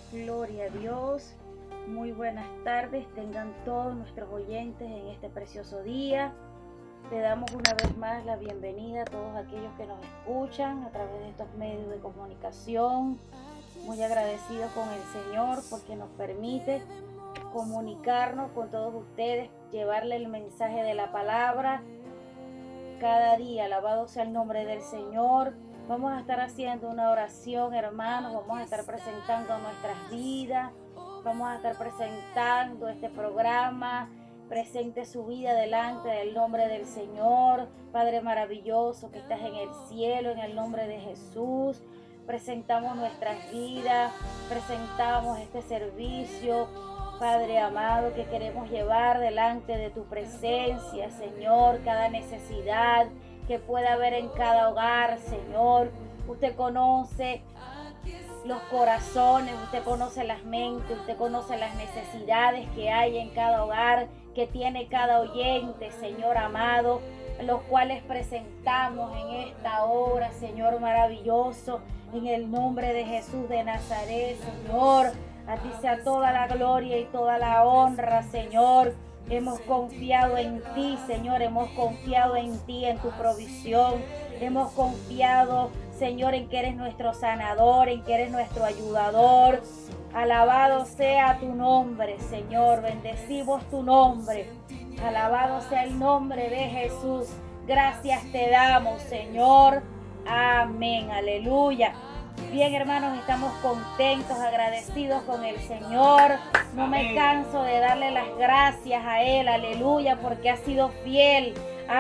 Gloria a Dios. Muy buenas tardes tengan todos nuestros oyentes en este precioso día. Le damos una vez más la bienvenida a todos aquellos que nos escuchan a través de estos medios de comunicación. Muy agradecidos con el Señor porque nos permite comunicarnos con todos ustedes, llevarle el mensaje de la palabra cada día. Alabado sea el nombre del Señor. Vamos a estar haciendo una oración, hermanos. Vamos a estar presentando nuestras vidas. Vamos a estar presentando este programa. Presente su vida delante del nombre del Señor. Padre maravilloso que estás en el cielo, en el nombre de Jesús. Presentamos nuestras vidas. Presentamos este servicio, Padre amado, que queremos llevar delante de tu presencia, Señor. Cada necesidad que pueda haber en cada hogar, Señor. Usted conoce los corazones, usted conoce las mentes, usted conoce las necesidades que hay en cada hogar, que tiene cada oyente, Señor amado, los cuales presentamos en esta hora, Señor maravilloso, en el nombre de Jesús de Nazaret, Señor. A ti sea toda la gloria y toda la honra, Señor. Hemos confiado en ti, Señor, hemos confiado en ti, en tu provisión. Hemos confiado, Señor, en que eres nuestro sanador, en que eres nuestro ayudador. Alabado sea tu nombre, Señor, bendecimos tu nombre. Alabado sea el nombre de Jesús. Gracias te damos, Señor. Amén, aleluya. Bien, hermanos, estamos contentos, agradecidos con el Señor. No me canso de darle las gracias a Él, aleluya, porque ha sido fiel,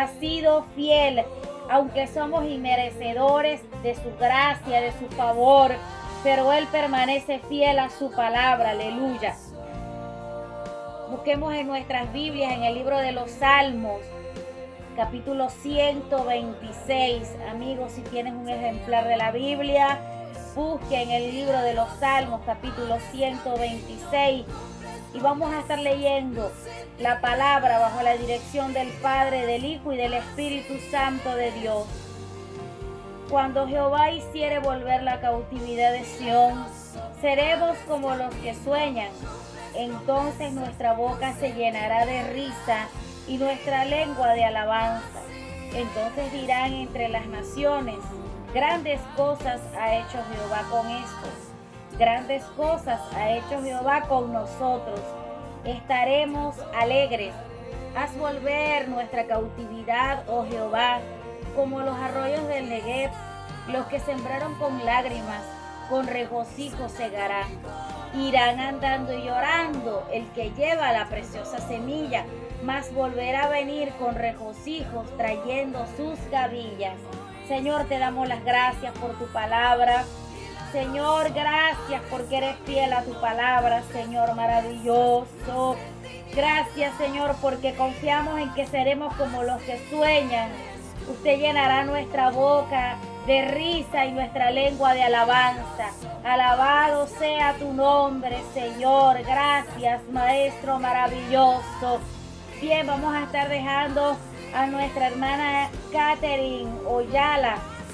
aunque somos inmerecedores de su gracia, de su favor, pero Él permanece fiel a su palabra, aleluya. Busquemos en nuestras Biblias, en el libro de los Salmos, capítulo 126. Amigos, si tienes un ejemplar de la Biblia, busque en el libro de los Salmos, capítulo 126, y vamos a estar leyendo la palabra bajo la dirección del Padre, del Hijo y del Espíritu Santo de Dios. Cuando Jehová hiciere volver la cautividad de Sión, seremos como los que sueñan. Entonces nuestra boca se llenará de risa y nuestra lengua de alabanza. Entonces dirán entre las naciones: grandes cosas ha hecho Jehová con estos. Grandes cosas ha hecho Jehová con nosotros. Estaremos alegres. Haz volver nuestra cautividad, oh Jehová, como los arroyos del Negev. Los que sembraron con lágrimas, con regocijo segarán. Irán andando y llorando el que lleva la preciosa semilla, mas volverá a venir con regocijos trayendo sus gavillas. Señor, te damos las gracias por tu palabra. Señor, gracias porque eres fiel a tu palabra, Señor maravilloso. Gracias, Señor, porque confiamos en que seremos como los que sueñan. Usted llenará nuestra boca de risa y nuestra lengua de alabanza. Alabado sea tu nombre, Señor. Gracias, Maestro maravilloso. Bien, vamos a estar dejando a nuestra hermana Catherine Oyala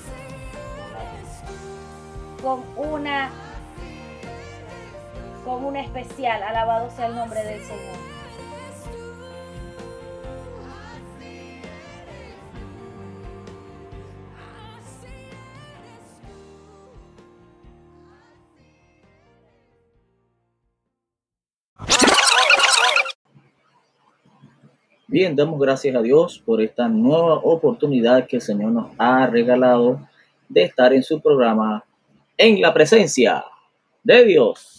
con una especial. Alabado sea el nombre del Señor. Bien, damos gracias a Dios por esta nueva oportunidad que el Señor nos ha regalado de estar en su programa En la Presencia de Dios.